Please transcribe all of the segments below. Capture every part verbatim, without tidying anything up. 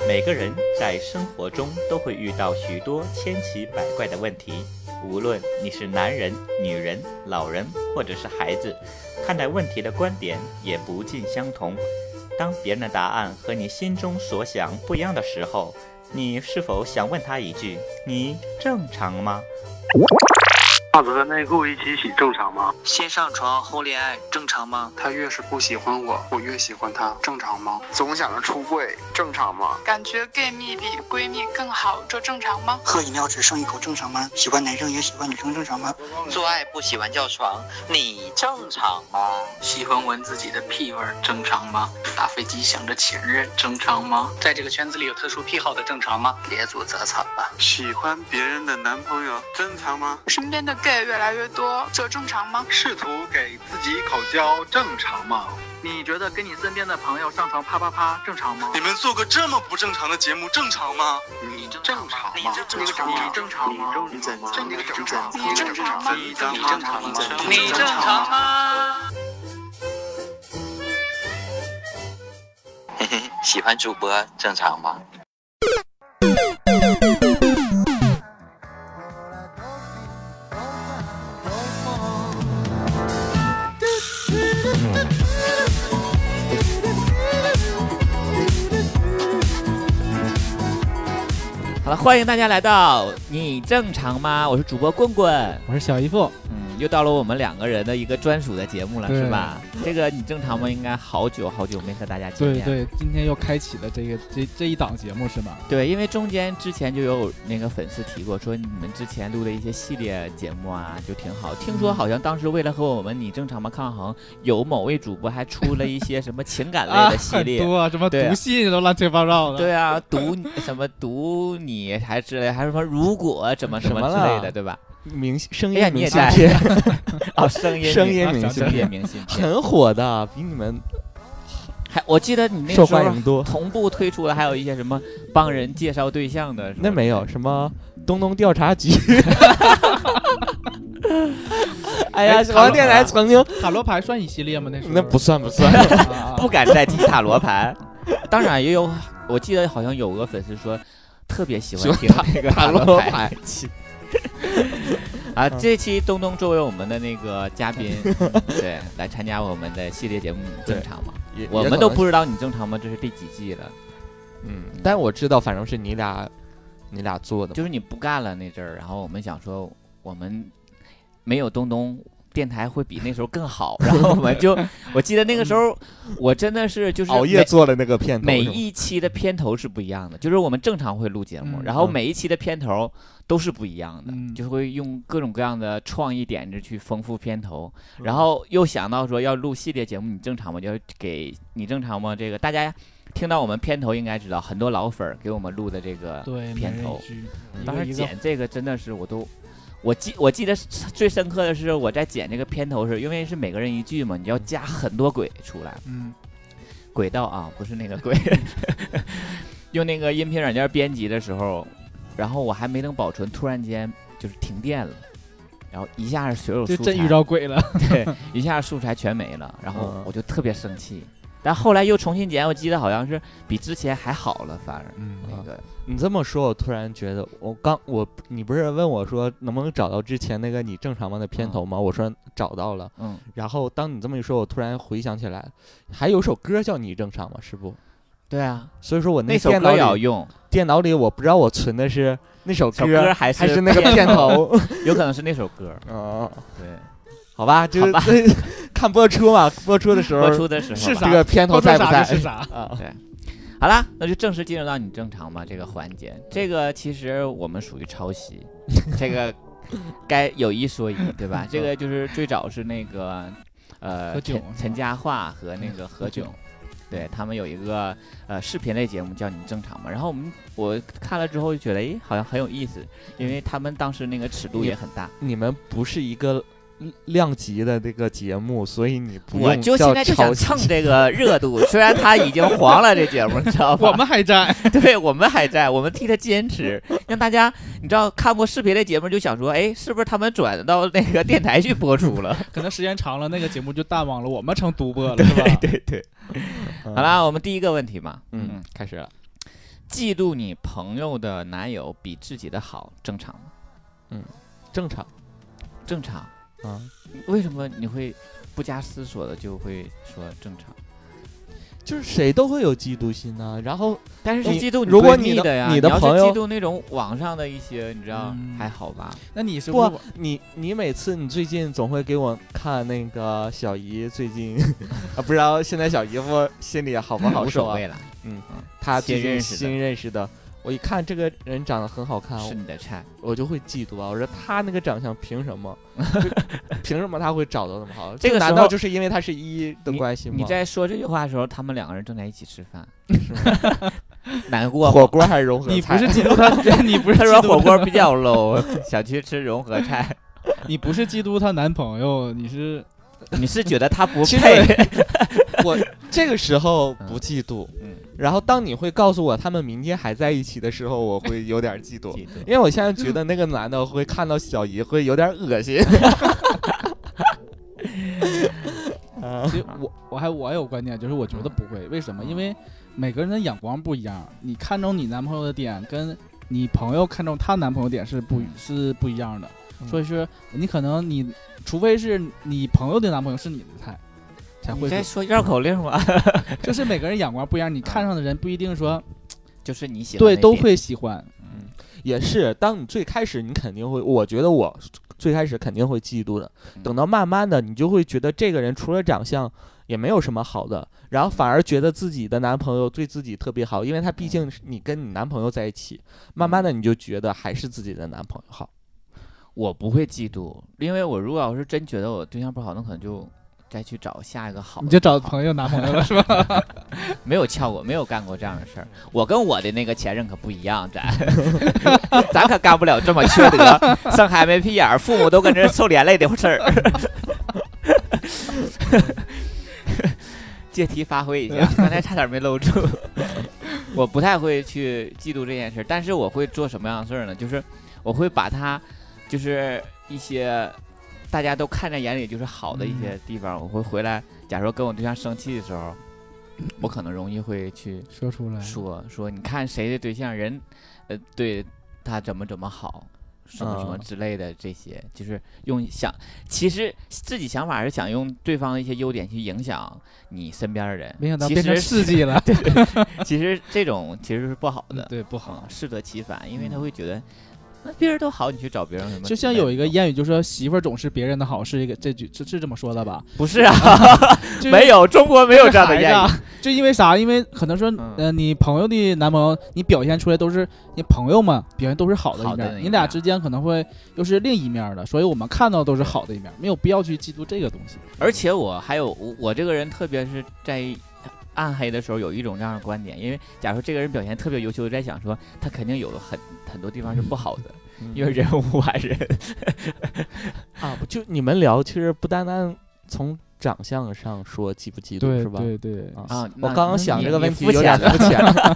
每个人在生活中都会遇到许多千奇百怪的问题，无论你是男人、女人、老人或者是孩子，看待问题的观点也不尽相同。当别人的答案和你心中所想不一样的时候，你是否想问他一句：你正常吗？ 袜子和内裤一起洗正常吗？ 先上床后恋爱正常吗？ 他越是不喜欢我，我越喜欢他，正常吗？总想着出柜，正常吗？ 感觉 gay 蜜比闺蜜更好，这正常吗？ 喝饮料只剩一口正常吗？喜欢男生也喜欢女生正常吗？ 做爱不喜欢叫床，你正常吗？ 喜欢闻自己的屁味正常吗？打飞机想着前任正常吗？在这个圈子里有特殊癖好的正常吗？ 别做则惨吧。 喜欢别人的男朋友正常吗？ 身边的 gay 越来越多，这正常吗？ 试图给自己口交正常吗？ 你觉得跟你身边的朋友上床啪啪啪正常吗？ 你们做个这么不正常的节目正常吗？ 你正常吗？ 你正常吗？ 你正常吗？ 你正常吗？ 你正常吗？ 你正常吗？ 你正常吗？ 你正常吗？嘿嘿，喜欢主播正常吗？ 好了，欢迎大家来到你正常吗？我是主播棍棍， 我是小姨夫。 嗯，又到了我们两个人的一个专属的节目了，是吧？这个你正常吗？应该好久好久没和大家见面。 对对，今天又开启了这个这这一档节目是吧？ 对，因为中间之前就有那个粉丝提过，说你们之前录的一些系列节目啊，就挺好。听说好像当时为了和我们你正常吗抗衡，有某位主播还出了一些什么情感类的系列， 啊、很多、啊、什么读信都乱七八糟的。 对啊，读什么读你还之类，还是什么如果怎么什么之类的，对吧？ 明声音哎、 明信片哦，声音声音明信片，明信片很火的，比你们还我记得你那受欢迎多。 同步推出了还有一些什么帮人介绍对象的， 那没有什么东东调查局。哎呀，小王电台曾经塔罗牌算一系列吗？那时候那不算不算， 不敢再提塔罗牌。当然也有，我记得好像有个粉丝说特别喜欢听那个塔罗牌。啊，这期东东作为我们的那个嘉宾，对，来参加我们的系列节目，你正常吗？我们都不知道你正常吗？这是第几季了？ 嗯，但我知道，反正是你俩，你俩做的， 就是你不干了那阵儿，然后我们想说，我们没有东东。电台会比那时候更好，然后我们就，我记得那个时候，我真的是就是熬夜做了那个片头， 每一期的片头是不一样的，就是我们正常会录节目，嗯、然后每一期的片头都是不一样的，嗯、就会用各种各样的创意点子去丰富片头，嗯、然后又想到说要录系列节目，你正常吗？就给你正常吗？这个大家听到我们片头应该知道，很多老粉儿给我们录的这个片头，当时剪这个真的是我都。我记我记得最深刻的是我在剪这个片头时，因为是每个人一句嘛，你要加很多轨出来。嗯，轨道啊，不是那个轨。用那个音频软件编辑的时候，然后我还没能保存，突然间就是停电了，然后一下所有素材就真遇到鬼了。 对，一下素材全没了，然后我就特别生气。但后来又重新剪，我记得好像是比之前还好了，反而嗯那个。 你这么说，我突然觉得，我刚我你不是问我说能不能找到之前那个你正常吗的片头吗？嗯、我说找到了，嗯。然后当你这么一说，我突然回想起来，还有首歌叫你正常吗？是不？ 对啊。 所以说我那首歌要用电脑里，我不知道我存的是那首歌， 歌还是还是那个片头， 有可能是那首歌。 哦， 对。 好吧，就是看播出嘛，播出的时候， 播出的时候是啥？ 这个片头在不在？ 是啥啊？对。好了，那就正式进入到你正常吗这个环节。这个其实我们属于抄袭，这个该有一说一，对吧？这个就是最早是那个呃陈陈嘉桦和那个何炅，对他们有一个呃视频类节目叫你正常吗？然后我们我看了之后就觉得，哎，好像很有意思，因为他们当时那个尺度也很大。 你们不是一个量级的这个节目，所以你不用我就现在就想蹭这个热度，虽然他已经黄了，这节目你知道吧？ 我们还在， 对我们还在，我们替他坚持，让大家你知道看过视频类节目就想说，哎，是不是他们转到那个电台去播出了？ 可能时间长了，那个节目就淡忘了，我们成独播了，是吧？ 对对对。好啦，我们第一个问题嘛， 嗯，开始了。 嫉妒你朋友的男友比自己的好，正常吗？ 嗯，正常， 正常啊。 为什么你会不加思索的就会说正常？ 就是谁都会有嫉妒心呢、啊，然后但是是嫉妒你如果你的呀， 你的朋友嫉妒那种网上的一些，你知道、嗯、还好吧？ 那你是不是你你每次你最近总会给我看那个小姨最近啊，不知道现在小姨夫心里好不好受啊？ 无所谓了， 嗯，他最近新认识的。我一看这个人长得很好看， 是你的菜， 我就会嫉妒啊！我说他那个长相凭什么？凭什么他会找到那么好？ 这个难道就是因为他是一的关系吗？ 你, 你在说这句话的时候，他们两个人正在一起吃饭，是吗？难过火锅还是融合菜？ 你不是嫉妒他，你不是他说火锅比较 low， 想去吃融合菜。 你不是嫉妒她男朋友，你是你是觉得他不配？ 我这个时候不嫉妒，嗯，然后当你会告诉我他们明天还在一起的时候，我会有点嫉妒，因为我现在觉得那个男的会看到小姨会有点恶心。 其实我我还我还有观点，就是我觉得不会，为什么？因为每个人的眼光不一样，你看中你男朋友的点，跟你朋友看中她男朋友点是不是不一样的，所以说你可能你除非是你朋友的男朋友是你的菜。才会你在说绕口令吗？ 就是每个人眼光不一样，你看上的人不一定说， 就是你喜欢， 对，都会喜欢。 嗯，也是。当你最开始，你肯定会，我觉得我最开始肯定会嫉妒的。等到慢慢的，你就会觉得这个人除了长相也没有什么好的，然后反而觉得自己的男朋友对自己特别好，因为他毕竟你跟你男朋友在一起，慢慢的你就觉得还是自己的男朋友好。 我不会嫉妒，因为我如果要是真觉得我对象不好，那可能就。再去找下一个好的， 你就找朋友男朋友了是吧？ 没有撬过，没有干过这样的事儿。我跟我的那个前任可不一样，咱咱可干不了这么缺德、生孩没屁眼儿、父母都跟着受连累的事儿。借题发挥一下，刚才差点没搂住。我不太会去嫉妒这件事，但是我会做什么样的事儿呢？就是我会把它，就是一些。大家都看在眼里就是好的一些地方、嗯、我会回来假如跟我对象生气的时候我可能容易会去说出来说说你看谁的对象人呃对他怎么怎么好什么什么之类的，这些、嗯、就是用想其实自己想法是想用对方的一些优点去影响你身边的人， 没想到变成事迹了。 对，其实这种其实是不好的、 嗯、对，不好、 嗯、适得其反，因为他会觉得那别人都好，你去找别人什么？ 就像有一个谚语，就说媳妇儿总是别人的好，是一个这句是是这么说的吧？ 不是啊，没有，中国没有这样的谚语。 就因为啥？因为可能说，嗯、呃，你朋友的男朋友，你表现出来都是你朋友嘛，表现都是好的一面，你俩之间可能会又是另一面的，所以我们看到都是好的一面，没有必要去嫉妒这个东西。 而且我还有我我这个人，特别是在暗黑的时候，有一种这样的观点，因为假如这个人表现特别优秀，在想说他肯定有很很多地方是不好的。因为人无完人啊，就你们聊，其实不单单从长相上说嫉不嫉妒，是吧？ 对对啊， 我刚刚想这个问题有点肤浅了。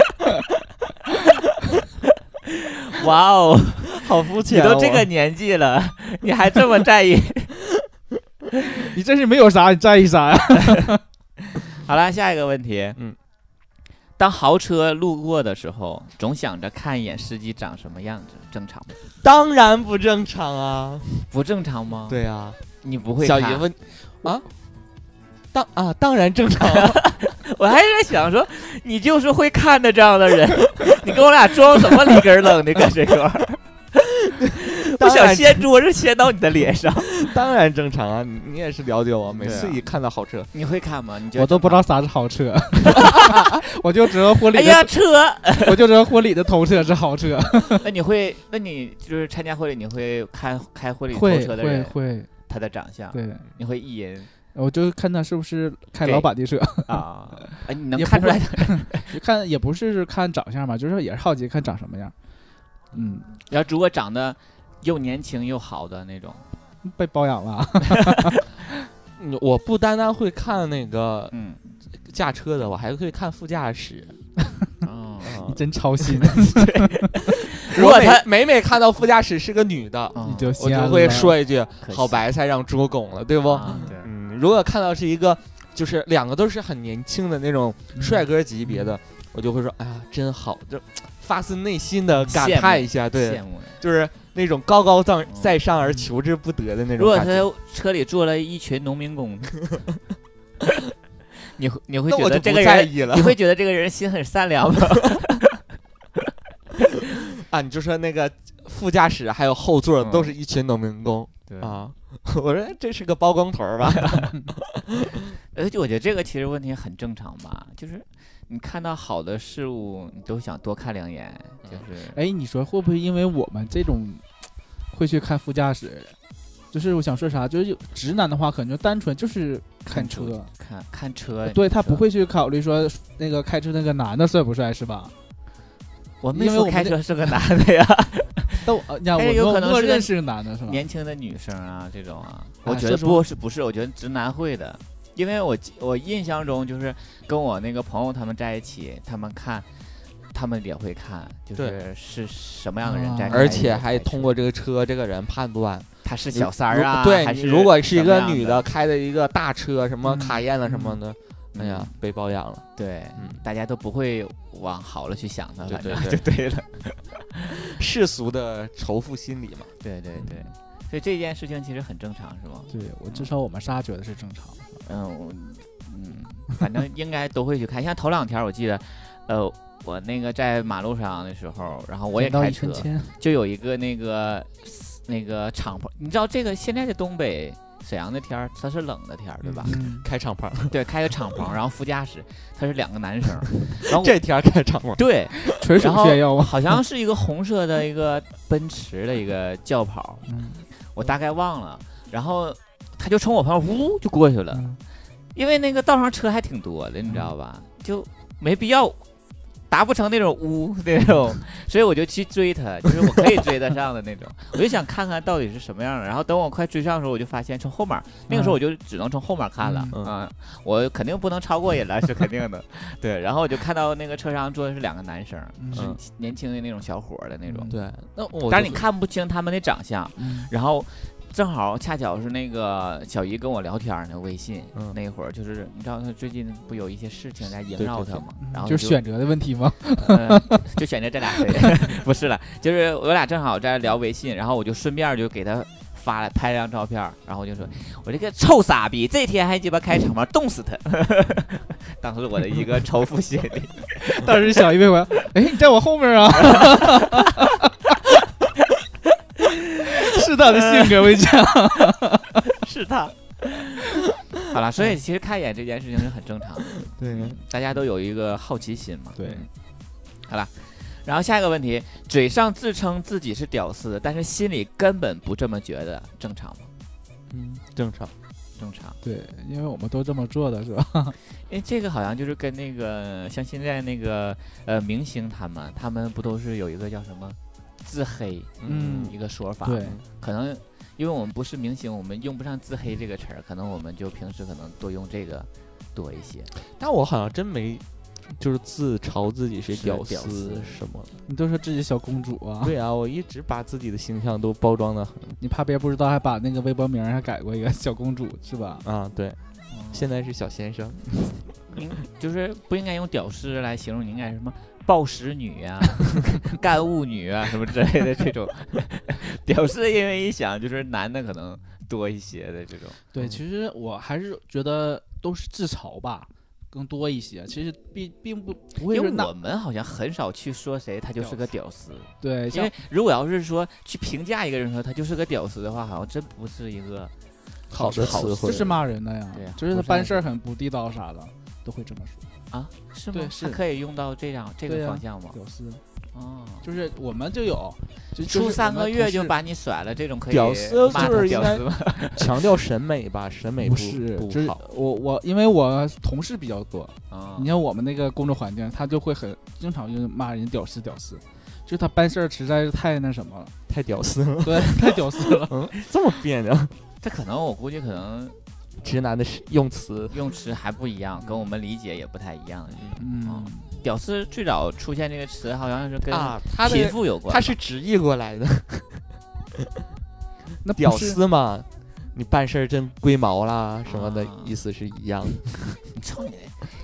哇哦， 好肤浅！ 你都这个年纪了，你还这么在意？ 你真是没有啥，你在意啥呀？ 好了，下一个问题，嗯。当豪车路过的时候，总想着看一眼司机长什么样子，正常吗？ 当然不正常啊！ 不正常吗？ 对啊， 你不会看。 小姨问啊，当啊当然正常、啊。 我还在想说，你就是会看的这样的人，你跟我俩装什么里根冷的搁这块儿？不想掀桌子掀到你的脸上， 当然正常啊！你你也是了解我，每次一看到好车， 你会看吗？你我都不知道啥是好车，我就知道婚礼的。 哎呀，车！ 我就知道婚礼的头车是好车。 那你会？那你就是参加婚礼，你会看开婚礼头车的人？ 会会。 他的长相， 对， 你会意淫？ 我就看他是不是开老板的车啊？哎，你能看出来？ 看也不是看长相吧，就是也是好奇看长什么样。嗯， 然后如果长得又年轻又好的那种， 被包养了。 我不单单会看那个嗯驾车的，我还会看副驾驶。 哦， 你真操心。 如果他每每看到副驾驶是个女的， 你就我就会说一句“好白菜让猪拱了”，对不？嗯，如果看到是一个就是两个都是很年轻的那种帅哥级别的， 我就会说，哎呀，真好，就发自内心的感叹一下，对，就是那种高高在在上而求之不得的那种感觉。 如果他车里坐了一群农民工，你会你会觉得这个人，你会觉得这个人心很善良吗？ 啊，你就说那个副驾驶还有后座都是一群农民工， 对啊，我说这是个包工头吧？ 而且我觉得这个其实问题很正常吧，就是你看到好的事物，你都想多看两眼，就是。 哎，你说会不会因为我们这种会去看副驾驶？就是我想说啥，就是直男的话，可能就单纯就是看车， 看看车， 对他不会去考虑说那个开车那个男的帅不帅，是吧？ 我没说开车是个男的呀， 但我呀，我有可能是认识个男的是吧？ 年轻的女生啊，这种啊，我觉得不是不是，我觉得直男会的，因为我我印象中就是跟我那个朋友他们在一起，他们看。他们也会看，就是是什么样的人在， 而且还通过这个车这个人判断他是小三儿啊， 对， 还是如果是一个女的开的一个大车，什么卡宴了什么的， 嗯、 哎呀，被包养了。 对，嗯，大家都不会往好了去想的， 对对对，就对了。 世俗的仇富心理嘛， 对对对，所以这件事情其实很正常，是吗？ 对我至少我们仨觉得是正常。 嗯嗯，反正应该都会去看，像头两天我记得，呃。我那个在马路上的时候，然后我也开车，就有一个那个那个敞篷，你知道这个现在的东北沈阳的天儿，它是冷的天儿，对吧？ 嗯、开敞篷， 对，开个敞篷，然后副驾驶他是两个男生，然后这天儿开敞篷， 对， 纯属炫耀， 好像是一个红色的一个奔驰的一个轿跑，嗯、我大概忘了，然后他就从我旁边呜就过去了，嗯、因为那个道上车还挺多的，你知道吧？就没必要。达不成那种污那种，所以我就去追他，就是我可以追得上的那种。我就想看看到底是什么样的。然后等我快追上的时候，我就发现从后面，那个时候我就只能从后面看了，嗯，嗯我肯定不能超过人了，是肯定的。对，然后我就看到那个车上坐的是两个男生，嗯、是年轻的那种小伙的那种。 对，那我但是你看不清他们的长相，嗯、然后。正好恰巧是那个小姨跟我聊天呢，微信、嗯、那会儿就是你知道他最近不有一些事情在萦绕他吗？然后就是选择的问题吗？ 呃、就选择这俩谁？不是了，就是我俩正好在聊微信，然后我就顺便就给他发了拍了张照片，然后我就说我这个臭傻逼，这天还鸡巴开敞篷，冻死他！当时我的一个仇富心理。 当时小姨问我，哎，你在我后面啊？是他的性格，我讲， 是他。好了，所以其实看一眼这件事情是很正常的， 对， 大家都有一个好奇心嘛。 对， 好了，然后下一个问题，嘴上自称自己是屌丝，但是心里根本不这么觉得，正常吗？ 嗯，正常， 正常。 对，因为我们都这么做的是吧？ 因为这个好像就是跟那个像现在那个呃明星他们，他们不都是有一个叫什么？自黑，嗯，一个说法， 对， 可能因为我们不是明星，我们用不上自黑这个词儿，可能我们就平时可能多用这个多一些。 但我好像真没，就是自嘲自己是屌丝什么的。 你都说自己小公主啊？ 对啊，我一直把自己的形象都包装的很。 你怕别人不知道，还把那个微博名还改过一个小公主是吧？ 啊，对，嗯、现在是小先生。 嗯，就是不应该用屌丝来形容，你应该是什么？暴食女啊，干物女啊，什么之类的这种，屌丝因为一想就是男的可能多一些的这种。 对，其实我还是觉得都是自嘲吧，更多一些。其实并并不不会是。 因为我们好像很少去说谁他就是个屌丝。 对， 因为如果要是说去评价一个人说他就是个屌丝的话，好像真不是一个好的词汇， 这是骂人的呀。 对呀， 就是他办事儿很不地道啥的，都会这么说。 啊，是吗？ 对，是可以用到这样这个方向吗？ 屌丝， 哦， 就是我们就有，就出三个月就把你甩了，这种可以屌丝就是屌丝吗？ 强调审美吧，审美不是不就是好。 我我因为我同事比较多啊， 你看我们那个工作环境，他就会很经常就骂人屌丝屌丝，就是他办事儿实在是太那什么了， 太屌丝了， 对，太屌丝了， 嗯，这么别扭。 这可能我估计可能。 直男的用词用词还不一样，跟我们理解也不太一样。 嗯， 嗯屌丝最早出现这个词，好像是跟啊贫富有关， 它是直译过来的。 那屌丝嘛，你办事儿真龟毛啦什么的，意思是一样的。 你瞅你，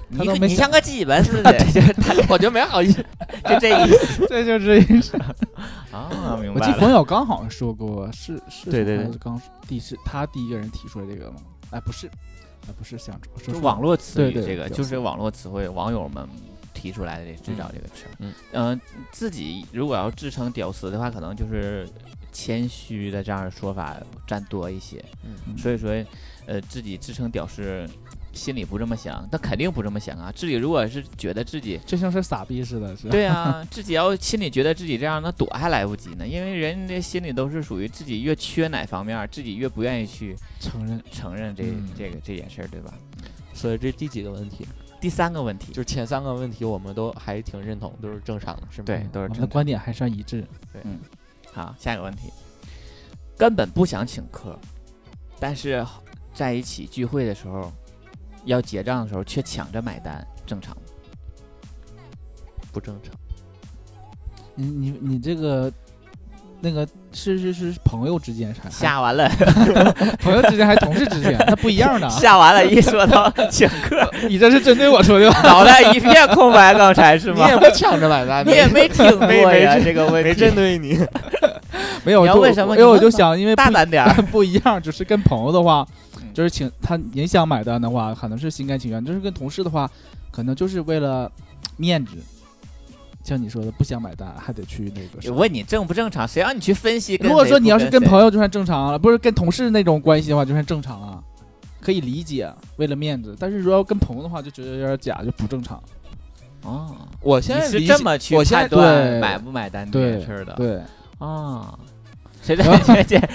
你你像个鸡巴似的，就是他， 我就没好意思， 就这意思， 这就这意思啊，明白了。 我记得冯小刚好像说过，是是， 对对对， 刚第是他第一个人提出来这个吗？哎，不是，哎，不是，想说网络词语， 对这个就是网络词汇，网友们提出来的“制造”这个词。 嗯嗯、呃，自己如果要自称屌丝的话，可能就是谦虚的这样的说法占多一些。 嗯， 所以说，呃，自己自称屌丝。心里不这么想，但肯定不这么想啊！自己如果是觉得自己就像是傻逼似的，是吧？ 对啊，自己要心里觉得自己这样，那躲还来不及呢。因为人的心里都是属于自己越缺哪方面，自己越不愿意去承认承认这、嗯、这个这件事儿，对吧？ 所以这第几个问题？ 第三个问题， 就是前三个问题我们都还挺认同，都是正常的，是吗？ 对，都是正常的。 我们的观点还算一致。 对，嗯。好，下一个问题，根本不想请客，但是在一起聚会的时候。要结账的时候却抢着买单，正常吗？ 不正常。 你你你这个那个是是是朋友之间还下完了， 朋友之间还同事之间，它不一样的。 下完了，一说到请客， 你这是针对我说的， 脑袋一片空白，刚才是吗？ 你也不抢着买单， 你也没听过呀这个问题， 没针对你。 没有， 为什么？ 因为我就想，因为大胆点不一样，就是跟朋友的话。就是请他，你想买单的话，可能是心甘情愿；就是跟同事的话，可能就是为了面子。像你说的，不想买单还得去那个。 我问你正不正常？谁让你去分析？ 如果说你要是跟朋友就算正常了，不是跟同事那种关系的话就算正常啊，可以理解，为了面子。但是如果要跟朋友的话，就觉得有点假，就不正常。 哦， 我现在是这么去判断买不买单这件事的。 对啊。谁在这这？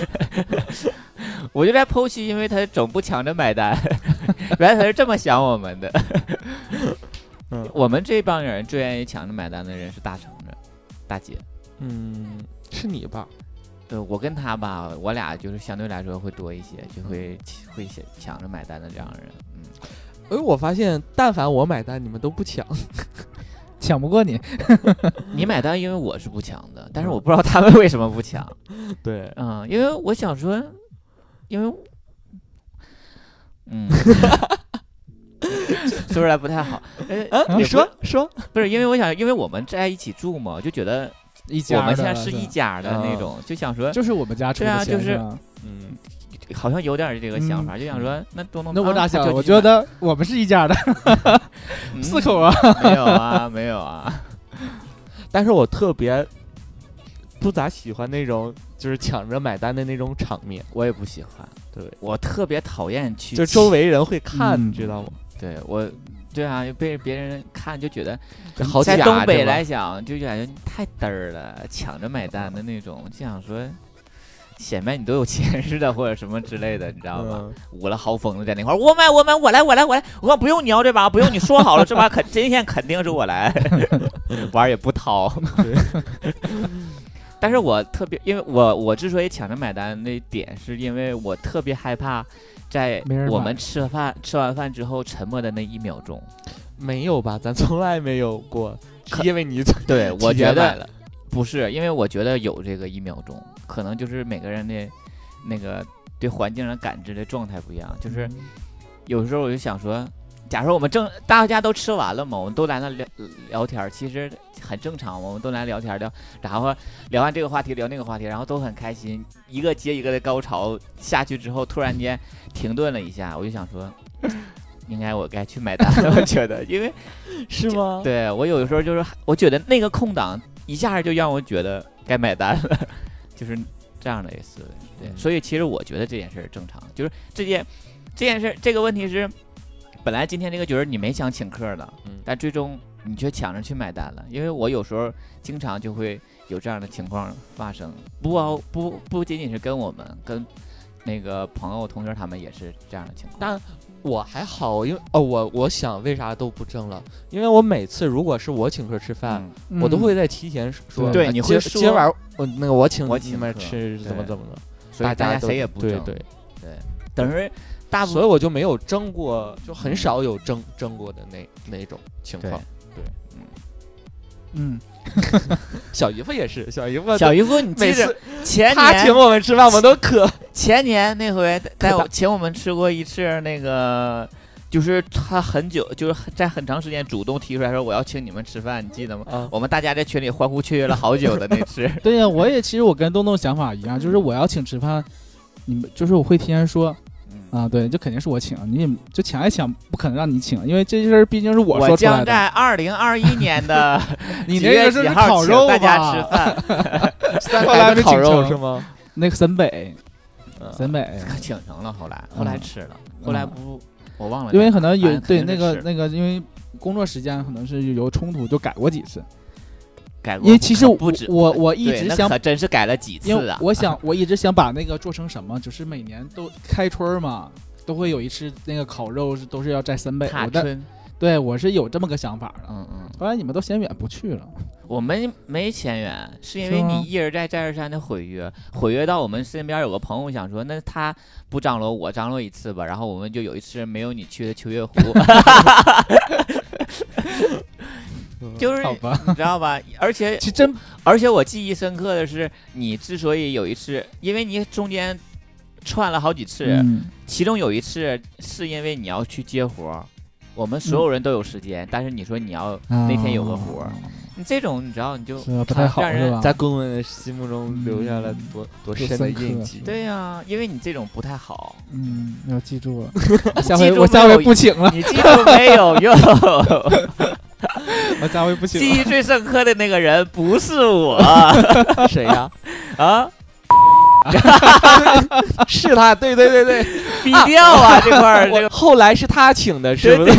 我就在剖析，因为他总不抢着买单，原来他是这么想我们的。嗯，我们这帮人最愿意抢着买单的人是大橙子、大姐。 嗯，是你吧？ 呃，我跟他吧，我俩就是相对来说会多一些，就会会抢着买单的这样的人。嗯， 哎，我发现但凡我买单，你们都不抢。 抢不过你， 你买单，因为我是不抢的，但是我不知道他们为什么不抢。 对， 嗯，因为我想说，因为，嗯，说出来不太好。 呃，你说说， 不是因为我想，因为我们在一起住嘛，就觉得一家我们现在是一家的那种，就想说， 就是我们家出的钱， 对啊，就是嗯。 好像有点这个想法， 嗯、 就想说，那多能那我咋想？我觉得我们是一家的， 嗯、 四口啊， 没有啊，没有啊。 但是我特别不咋喜欢那种就是抢着买单的那种场面， 我也不喜欢。对，我特别讨厌去， 就周围人会看， 嗯、 你知道吗？ 对我，对啊，被别人看就觉得好假。 在东北来讲，就感觉太嘚儿了，抢着买单的那种，就想说。显摆你都有钱似的，或者什么之类的，你知道吗？ 嗯、 捂了豪风的在那块儿，我买我买我来我来我来，我说不用你要这把，不用你说好了，这把肯今天肯定是我来，玩也不掏。但是我特别，因为我我之所以抢着买单那点，是因为我特别害怕在我们吃饭吃完饭之后沉默的那一秒钟。 没有吧？咱从来没有过，因为你对我觉得。不是，因为我觉得有这个一秒钟，可能就是每个人的那个对环境的感知的状态不一样。就是有时候我就想说，假如说我们正大家都吃完了嘛，我们都来那聊聊天，其实很正常，我们都来聊天聊，然后聊完这个话题聊那个话题，然后都很开心，一个接一个的高潮下去之后，突然间停顿了一下，我就想说。应该我该去买单了，我觉得，因为是吗？ 对我有的时候就是，我觉得那个空档一下就让我觉得该买单了，就是这样的一个思维。对，嗯、所以其实我觉得这件事正常，就是这件这件事这个问题是，本来今天这个局儿你没想请客的， 嗯、 但最终你却抢着去买单了。因为我有时候经常就会有这样的情况发生，不包不不仅仅是跟我们，跟那个朋友同学他们也是这样的情况。 但我还好，因为哦，我我想为啥都不挣了？因为我每次如果是我请客吃饭， 嗯、 我都会在提前说， 对，你会说今晚我那个我请我请你们吃怎么怎么的， 所以大家谁也不挣， 对对对，等于大部分， 所以我就没有争过，就很少有争争过的那那种情况， 对， 嗯。 小姨夫也是，小姨夫， 小姨夫，你记得前年他请我们吃饭，我们都渴。 前年那回带我请我们吃过一次那个就是他很久，就是在很长时间主动提出来说我要请你们吃饭，你记得吗？啊、我们大家在群里欢呼雀跃了好久的那次。 对呀、啊，我也其实我跟东东想法一样，就是我要请吃饭，你们就是我会提前说。啊，对，这肯定是我请，你就抢一抢，不可能让你请，因为这事儿毕竟是我说出来的。 我将在二零二一年的你那个是烤肉吧？ 大家吃饭， 后来没烤肉是吗？ 那个沈北，沈北请成了，后来后来吃了，后来不我忘了， 因为可能有对那个那个，因为工作时间可能是有冲突，就改过几次。 改过， 因为其实不止我我一直想， 可真是改了几次啊！ 我想我一直想把那个做成什么，就是每年都开春嘛，都会有一次那个烤肉是都是要在沈北。 踏春， 对我是有这么个想法的。 嗯嗯。 后来你们都嫌远不去了。 我们没嫌远，是因为你一人在寨儿山的毁约，毁约到我们身边有个朋友想说，那他不张罗我张罗一次吧，然后我们就有一次没有你去的秋月湖。就是你知道吧？而且其实真， 而且我记忆深刻的是，你之所以有一次，因为你中间串了好几次， 嗯、 其中有一次是因为你要去接活，我们所有人都有时间，嗯、但是你说你要那天有个活，啊、你这种你知道你就不太好， 让人在公文的心目中留下了多、嗯、多深的印记。 对呀、啊，因为你这种不太好。 嗯，要记住了，下回我下回不请了。 你记住没有用。 我下回不行。 记忆最深刻的那个人不是我， 谁呀？ 啊？ 是他，对对对对， 低调啊这块儿。这个后来是他请的，是不是？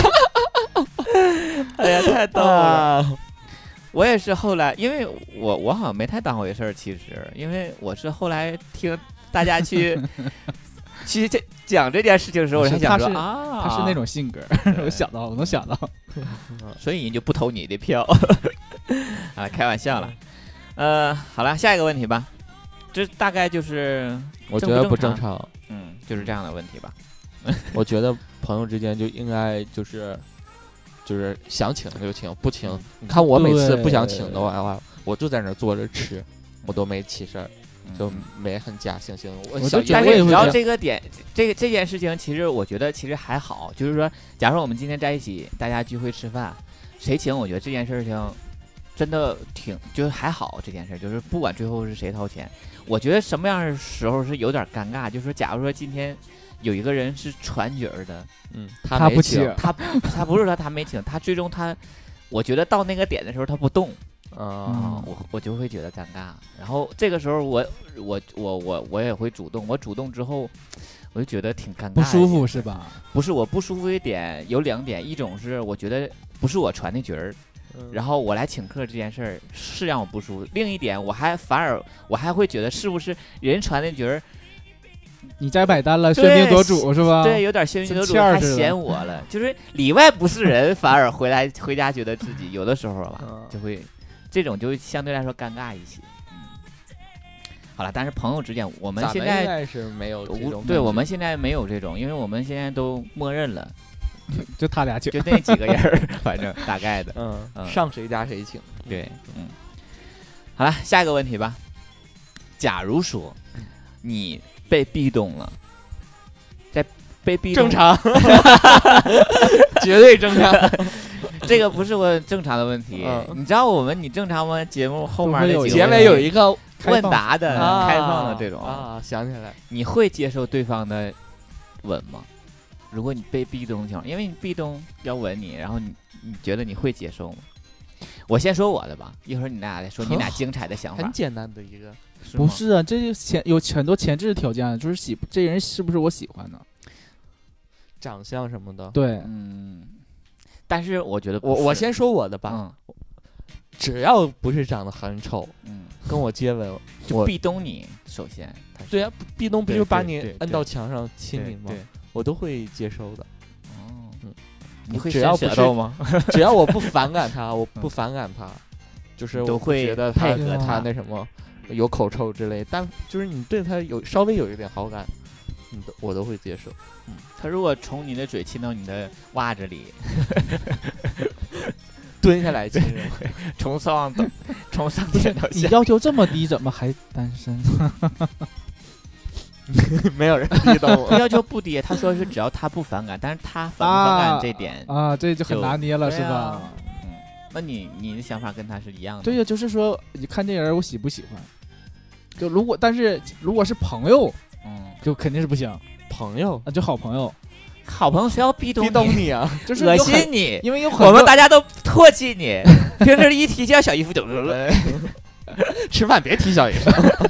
哎呀，太逗了！我也是后来，因为我我好像没太当回事儿，其实，因为我是后来听大家去。其实这讲这件事情的时候，我才想说啊， 他是那种性格，我想到，我能想到， 所以你就不投你的票啊，开玩笑了。呃，好了，下一个问题吧，这大概就是我觉得不正常， 嗯，就是这样的问题吧。 我觉得朋友之间就应该就是就是想请就请，不请，你看我每次不想请的话，我就在那坐着吃，我都没起事儿。就没很假惺惺，我就但是你知道这个点，这个这件事情，其实我觉得其实还好，就是说，假如我们今天在一起，大家聚会吃饭，谁请，我觉得这件事情真的挺，就是还好这件事，就是不管最后是谁掏钱，我觉得什么样的时候是有点尴尬，就是说，假如说今天有一个人是传角的， 嗯， 他不请， 他他不是说他没请，他最终他，我觉得到那个点的时候他不动。啊、嗯，我我就会觉得尴尬，然后这个时候我我我我我也会主动，我主动之后，我就觉得挺尴尬， 不舒服是吧？ 不是，我不舒服一点有两点，一种是我觉得不是我传的角儿，嗯、然后我来请客这件事儿是让我不舒服；另一点，我还反而我还会觉得是不是人传的角儿， 你摘买单了，喧宾夺主是吧？ 对，有点喧宾夺主，还嫌我了，就是里外不是人，反而回来回家觉得自己有的时候吧就会。这种就相对来说尴尬一些，嗯，好了，但是朋友之间，我们现在应该是没有这种， 对，我们现在没有这种，因为我们现在都默认了， 就他俩请， 就那几个人，反正大概的， 嗯嗯，上谁家谁请， 对，嗯，好了，下一个问题吧。假如说你被壁咚了，在被壁咚正常，绝对正常。 这个不是我正常的问题，嗯、你知道我们你正常吗？节目后面的结尾有一个问答的、 啊、 开放的这种啊，想起来， 你会接受对方的吻吗？如果你被壁咚的情况，因为你壁咚要吻你，然后你你觉得你会接受吗？我先说我的吧，一会儿你俩再说你俩精彩的想法。 很简单的一个， 是不是啊？这就前有很多前置条件，就是喜这人是不是我喜欢的， 长相什么的。 对， 嗯。但是我觉得我我先说我的吧， 嗯、 只要不是长得很丑， 嗯， 跟我接吻， 就壁咚你，首先， 对呀、啊，壁咚不就是把你摁到墙上亲你吗？我都会接受的。 哦， 嗯， 你会只要不是吗？ 只要我不反感他，我不反感他，就是我都会觉得配合他那什么有口臭之类，但就是你对他有稍微有一点好感。嗯，我都会接受。 嗯，他如果从你的嘴亲到你的袜子里， 蹲下来亲， 从上到从上天到下。 你要求这么低，怎么还单身？ 没有人逼动我。 要求不低，他说是只要他不反感，但是他反不反感这点啊，啊这就很拿捏了，是吧？ 嗯，那你你的想法跟他是一样的。 对呀，就是说你看这人我喜不喜欢？就如果但是如果是朋友，嗯，就肯定是不行。 朋友啊，就好朋友， 好朋友谁要逼动逼动你啊？ 就是恶心你， 因为有很我们大家都唾弃你。平时一提叫小姨夫就， 吃饭别提小姨夫。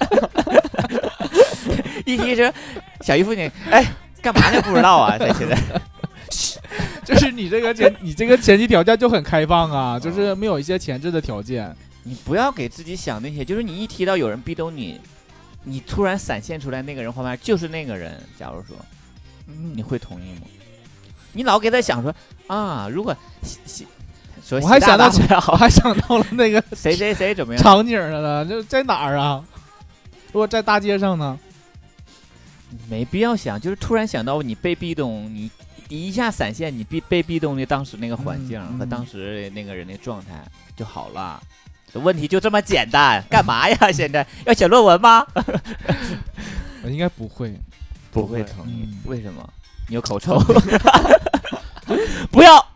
一提是小姨夫你，哎，干嘛呢？不知道啊，在现在。 就是你这个前，你这个前提条件就很开放啊，就是没有一些前置的条件。 你不要给自己想那些，就是你一提到有人逼动你，你突然闪现出来那个人画面就是那个人。假如说，嗯，你会同意吗？你老给他想说啊，如果说我还想到，我还想到了那个谁谁谁怎么样场景了，就在哪儿啊？如果在大街上呢？ 没必要想，就是突然想到你被逼动，你一下闪现你被被逼动的当时那个环境和当时那个人的状态就好了。问题就这么简单，干嘛呀？现在要写论文吗？ 我应该不会， 不会同意。嗯、为什么？你有口臭？不要。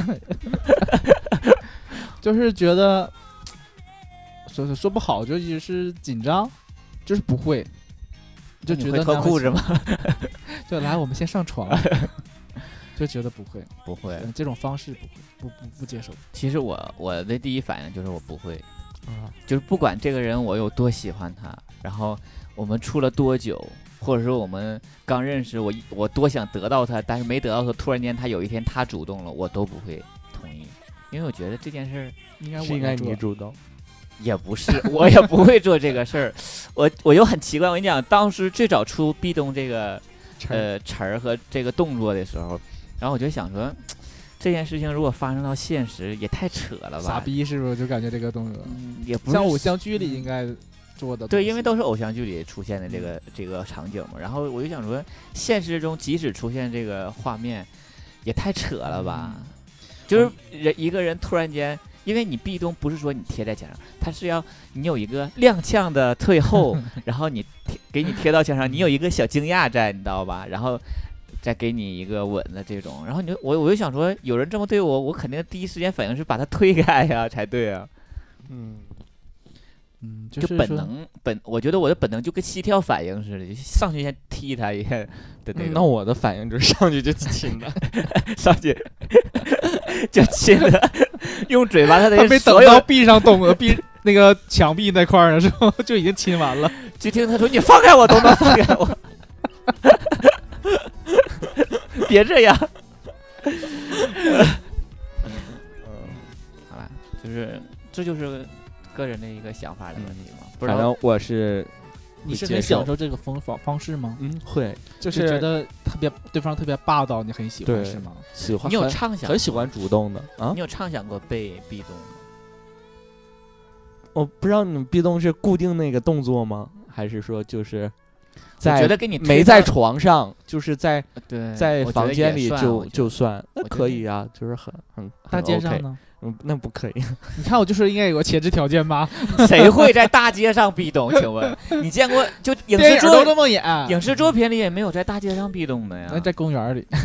就是觉得说说不好，就一直是紧张，就是不会，就觉得脱裤子吗？ 就来，我们先上床。就觉得不会， 不会， 这种方式不会，不不不接受。 其实我我的第一反应就是我不会，啊，就是不管这个人我有多喜欢他，然后我们处了多久，或者说我们刚认识，我我多想得到他，但是没得到他，突然间他有一天他主动了，我都不会同意，因为我觉得这件事应该是应该你主动， 也不是，我也不会做这个事儿。我我又很奇怪，我跟你讲，当时最早出壁咚这个呃词儿和这个动作的时候。然后我就想说，这件事情如果发生到现实，也太扯了吧？ 傻逼是不是？就感觉这个动作， 嗯、也不是像偶像剧里应该做的。 对，因为都是偶像剧里出现的这个、嗯、这个场景嘛。然后我就想说，现实中即使出现这个画面，也太扯了吧？嗯、就是人一个人突然间，因为你壁咚不是说你贴在墙上，它是要你有一个踉跄的退后，然后你贴给你贴到墙上，你有一个小惊讶在，你知道吧？然后。再给你一个吻的这种，然后你就我我就想说，有人这么对我，我肯定第一时间反应是把他推开呀，才对啊。 嗯嗯， 就本能本，我觉得我的本能就跟膝跳反应似的，就上去先踢他一下的那种。 那我的反应就是上去就亲他， 上去就亲了，用嘴巴他的没等到壁上动了壁那个墙壁那块儿的时候，就已经亲完了。 就听他说：“你放开我，都能放开我。”别这样。嗯，好吧，就是这就是个人的一个想法的问题嘛。 反正我是， 你是很享受这个方法方式吗？ 嗯，会， 就是觉得特别对方特别霸道，你很喜欢是吗？ 喜欢。 你有畅想， 很喜欢主动的啊？ 你有畅想过被壁咚吗？ 我不知道你们壁咚是固定那个动作吗？还是说就是？在觉得给你没在床上，就是在对在房间里就就算， 那可以啊，就是很很大街上呢， 嗯，那不可以。 你看我就说应该有个前置条件吧？ 谁会在大街上壁咚？请问你见过就影视作都这么演， 影视作品里也没有在大街上壁咚的呀？ 那在公园里，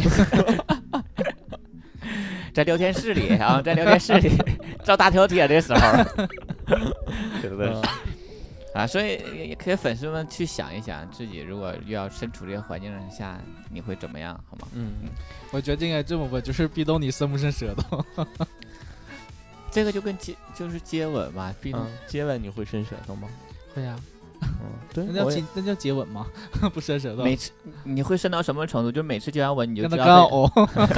在聊天室里啊，在聊天室里照大头贴的时候，对不对？啊，所以也可以粉丝们去想一想，自己如果要身处这个环境下，你会怎么样？好吗？ 嗯，我觉得应该这么问，就是壁咚你伸不伸舌头？ 这个就跟接就是接吻嘛，壁咚、 嗯、接吻你会伸舌头吗？ 会呀、 啊。嗯，对， 那叫那叫接吻吗？不伸舌头。 每次你会伸到什么程度？就每次接完吻你就知道跟他干呕。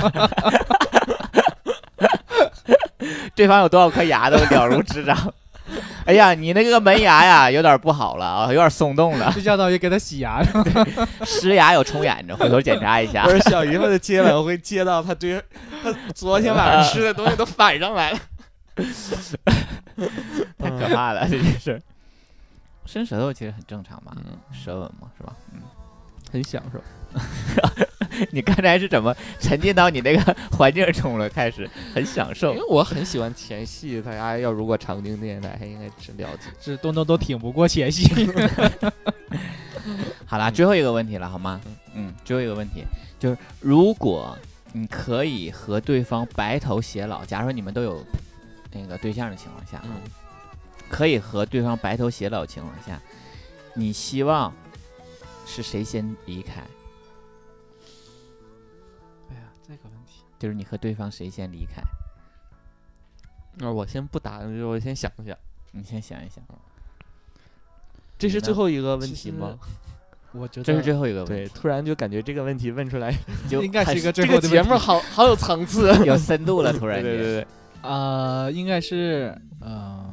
对方有多少颗牙都了如指掌。哎呀，你那个门牙呀，有点不好了啊，有点松动了， 就相当于给他洗牙， 石牙有虫眼子，回头检查一下。 不是小姨夫的接吻会接到他对他昨天晚上吃的东西都反上来了， 太可怕了，这件事。伸舌头其实很正常嘛，嗯、舌吻嘛，是吧？嗯， 很享受。 你刚才是怎么沉浸到你那个环境中了？开始很享受， 因为我很喜欢前戏。大家要如果常听电台，还应该是了解， 这东东都挺不过前戏。 好啦，最后一个问题了，好吗？嗯，最后一个问题就是，如果你可以和对方白头偕老，假如说你们都有那个对象的情况下，嗯，可以和对方白头偕老的情况下，你希望是谁先离开？ 哎呀，这个问题就是你和对方谁先离开？ 那、啊、我先不答，我先想一想。 你先想一想。 这是最后一个问题吗？ 我觉得这是最后一个问题。 对，突然就感觉这个问题问出来就应该是一个这个节目好好有层次， 有深度了。突然对对对对， 呃，应该是呃，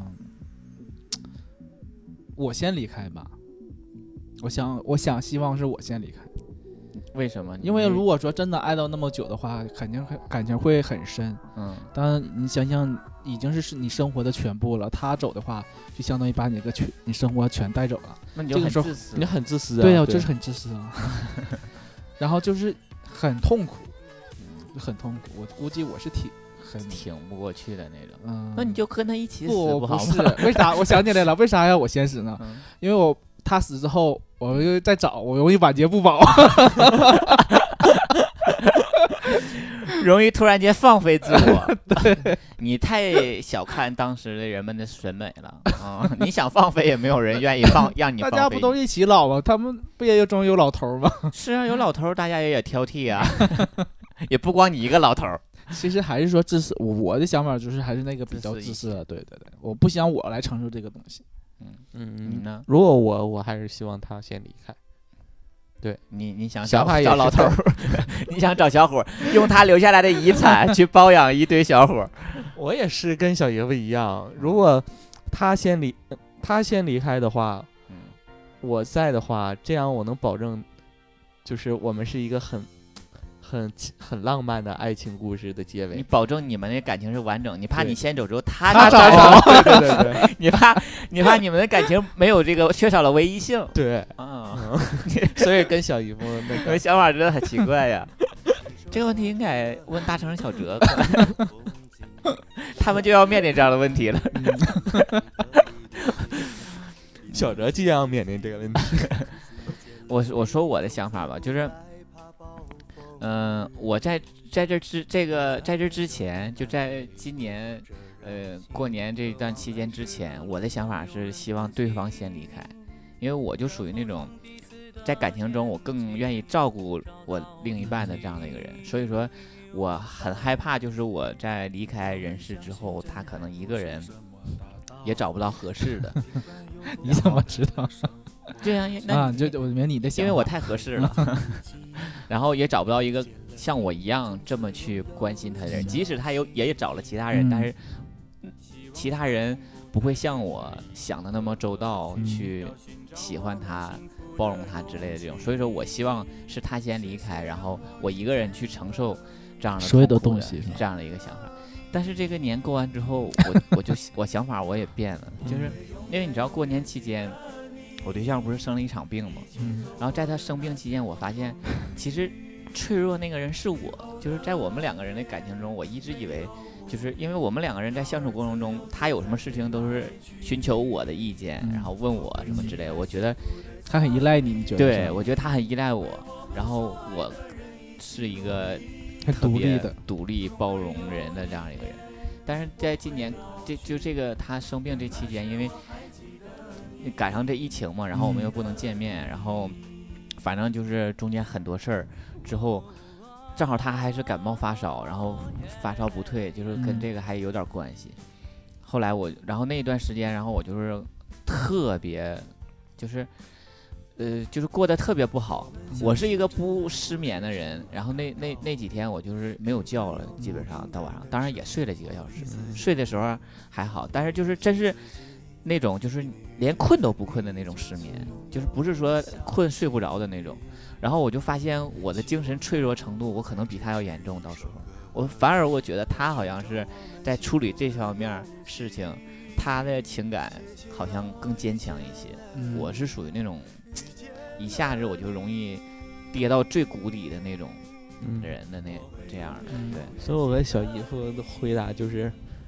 我先离开吧。我想，我想，希望是我先离开。 为什么？ 因为如果说真的爱到那么久的话，肯定会感情会很深。 嗯， 当然你想想，已经是你生活的全部了。他走的话，就相当于把你个全你生活全带走了。 那你就很自私， 你很自私啊！ 对呀、啊，就是很自私啊。然后就是很痛苦，很痛苦。我估计我是挺很挺不过去的那种。 嗯， 那你就跟他一起死不不好吗？ 不是，为啥？我想起来了，为啥要我先死呢？嗯、因为我。他死之后，我又再找，我容易晚节不保， 容易突然间放飞自我。对，你太小看当时的人们的审美了啊、嗯！你想放飞，也没有人愿意放，让你放飞。 大家不都一起老吗？他们不也有总有老头吗？ 是啊，有老头，大家也也挑剔啊，也不光你一个老头。 其实还是说自私，我的想法就是还是那个比较自私的，对对对，我不想我来承受这个东西。 嗯嗯，你呢？ 如果我我还是希望他先离开。对你，你想想法找老头，你想找小伙，用他留下来的遗产去包养一堆小伙。 我也是跟小爷子一样，如果他先离，他先离开的话，嗯，我在的话，这样我能保证，就是我们是一个很。很很浪漫的爱情故事的结尾， 你保证你们的感情是完整，你怕你先走之后他他找对对对对， 你怕你怕你们的感情没有这个缺少了唯一性， 对啊， 嗯、所以跟小姨夫那个想法真的很奇怪呀。这个问题应该问大成小哲，他们就要面临这样的问题了。 小哲即将要面临这个问题。 我我说我的想法吧，就是。嗯、呃，我在在这之这个在这之前，就在今年，呃，过年这段期间之前，我的想法是希望对方先离开，因为我就属于那种在感情中我更愿意照顾我另一半的这样的一个人，所以说我很害怕，就是我在离开人世之后，他可能一个人也找不到合适的。 你怎么知道？ 对啊，那啊，就我明白你的想法， 因为我太合适了，然后也找不到一个像我一样这么去关心他的人，即使他有也找了其他人，嗯、但是其他人不会像我想的那么周到，嗯、去喜欢他、包容他之类的这种。所以说我希望是他先离开，然后我一个人去承受这样的所有的东西， 这样的一个想法。但是这个年过完之后，我我就我想法我也变了，就是因为你知道过年期间。我对象不是生了一场病吗？嗯，然后在他生病期间，我发现其实脆弱那个人是我，就是在我们两个人的感情中，我一直以为，就是因为我们两个人在相处过程中，他有什么事情都是寻求我的意见，嗯、然后问我什么之类的。我觉得他很依赖你，你觉得？ 对，我觉得他很依赖我，然后我是一个特别独立、包容人的这样一个人。但是在今年这就这个他生病这期间，因为赶上这疫情嘛，然后我们又不能见面，嗯、然后反正就是中间很多事儿，之后正好他还是感冒发烧，然后发烧不退，就是跟这个还有点关系。嗯、后来我，然后那一段时间，然后我就是特别，就是呃，就是过得特别不好。嗯、我是一个不失眠的人，然后那那那几天我就是没有觉了，基本上到晚上，当然也睡了几个小时，嗯、睡的时候还好，但是就是真是。那种就是连困都不困的那种失眠，就是不是说困睡不着的那种。然后我就发现我的精神脆弱程度，我可能比他要严重。到时候我反而我觉得他好像是在处理这方面事情，他的情感好像更坚强一些。嗯、我是属于那种一下子我就容易跌到最谷底的那种人的那这样的。嗯、对， 所以我跟小姨夫的回答就是。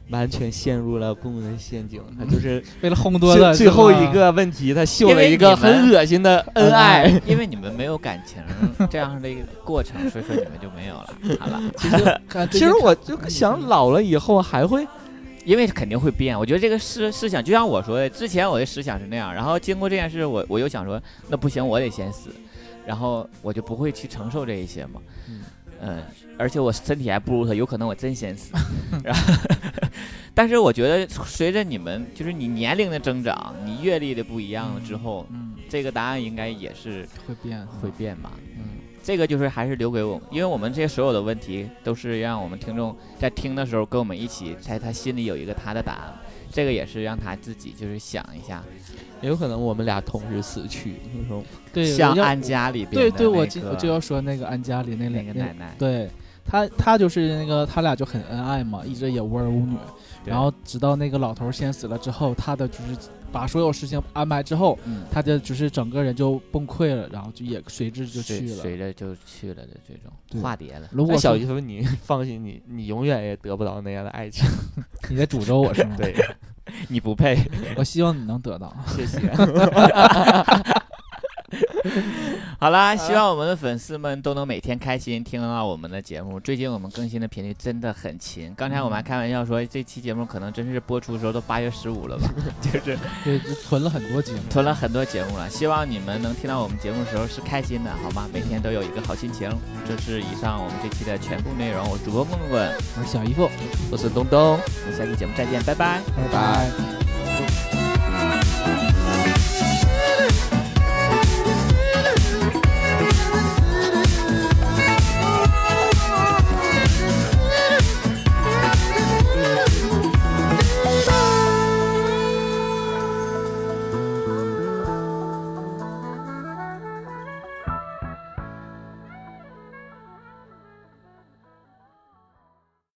完全陷入了公公的陷阱，他就是为了烘托的最后一个问题，他秀了一个很恶心的恩爱， 因为你们没有感情这样的一个过程，所以说你们就没有了。好了， 其实其实我就想老了以后还会。 因为肯定会变，我觉得这个思思想就像我说的，之前我的思想是那样，然后经过这件事，我我又想说，那不行，我得先死，然后我就不会去承受这一些嘛，嗯，呃、而且我身体还不如他，有可能我真先死。然后，但是我觉得随着你们就是你年龄的增长，你阅历的不一样了之后，嗯，嗯这个答案应该也是会变， 会变吧，嗯。这个就是还是留给我们，因为我们这些所有的问题都是让我们听众在听的时候跟我们一起，在他心里有一个他的答案。这个也是让他自己就是想一下， 有可能我们俩同时死去， 对， 像安家里边的、 那个，对对，我就我就要说那个安家里那两个奶奶， 对他他就是那个他俩就很恩爱嘛，一直也无儿无女，然后直到那个老头先死了之后，他的就是把所有事情安排之后，嗯、他的就是整个人就崩溃了，然后就也随之就去了， 随着就去了的这种化蝶了。 如果小姨夫你放心，你你永远也得不到那样的爱情。 你在诅咒我是吗？ 对， 你不配。 我希望你能得到， 谢谢。好啦，希望我们的粉丝们都能每天开心听到我们的节目。最近我们更新的频率真的很勤，刚才我们还开玩笑说这期节目可能真是播出的时候都八月十五了吧，就是对，囤了很多节目， 囤了很多节目了。希望你们能听到我们节目的时候是开心的，好吗？每天都有一个好心情。这是以上我们这期的全部内容。我是主播棍棍， 我是小姨夫， 我是东东， 我们下期节目再见，拜拜， 拜拜。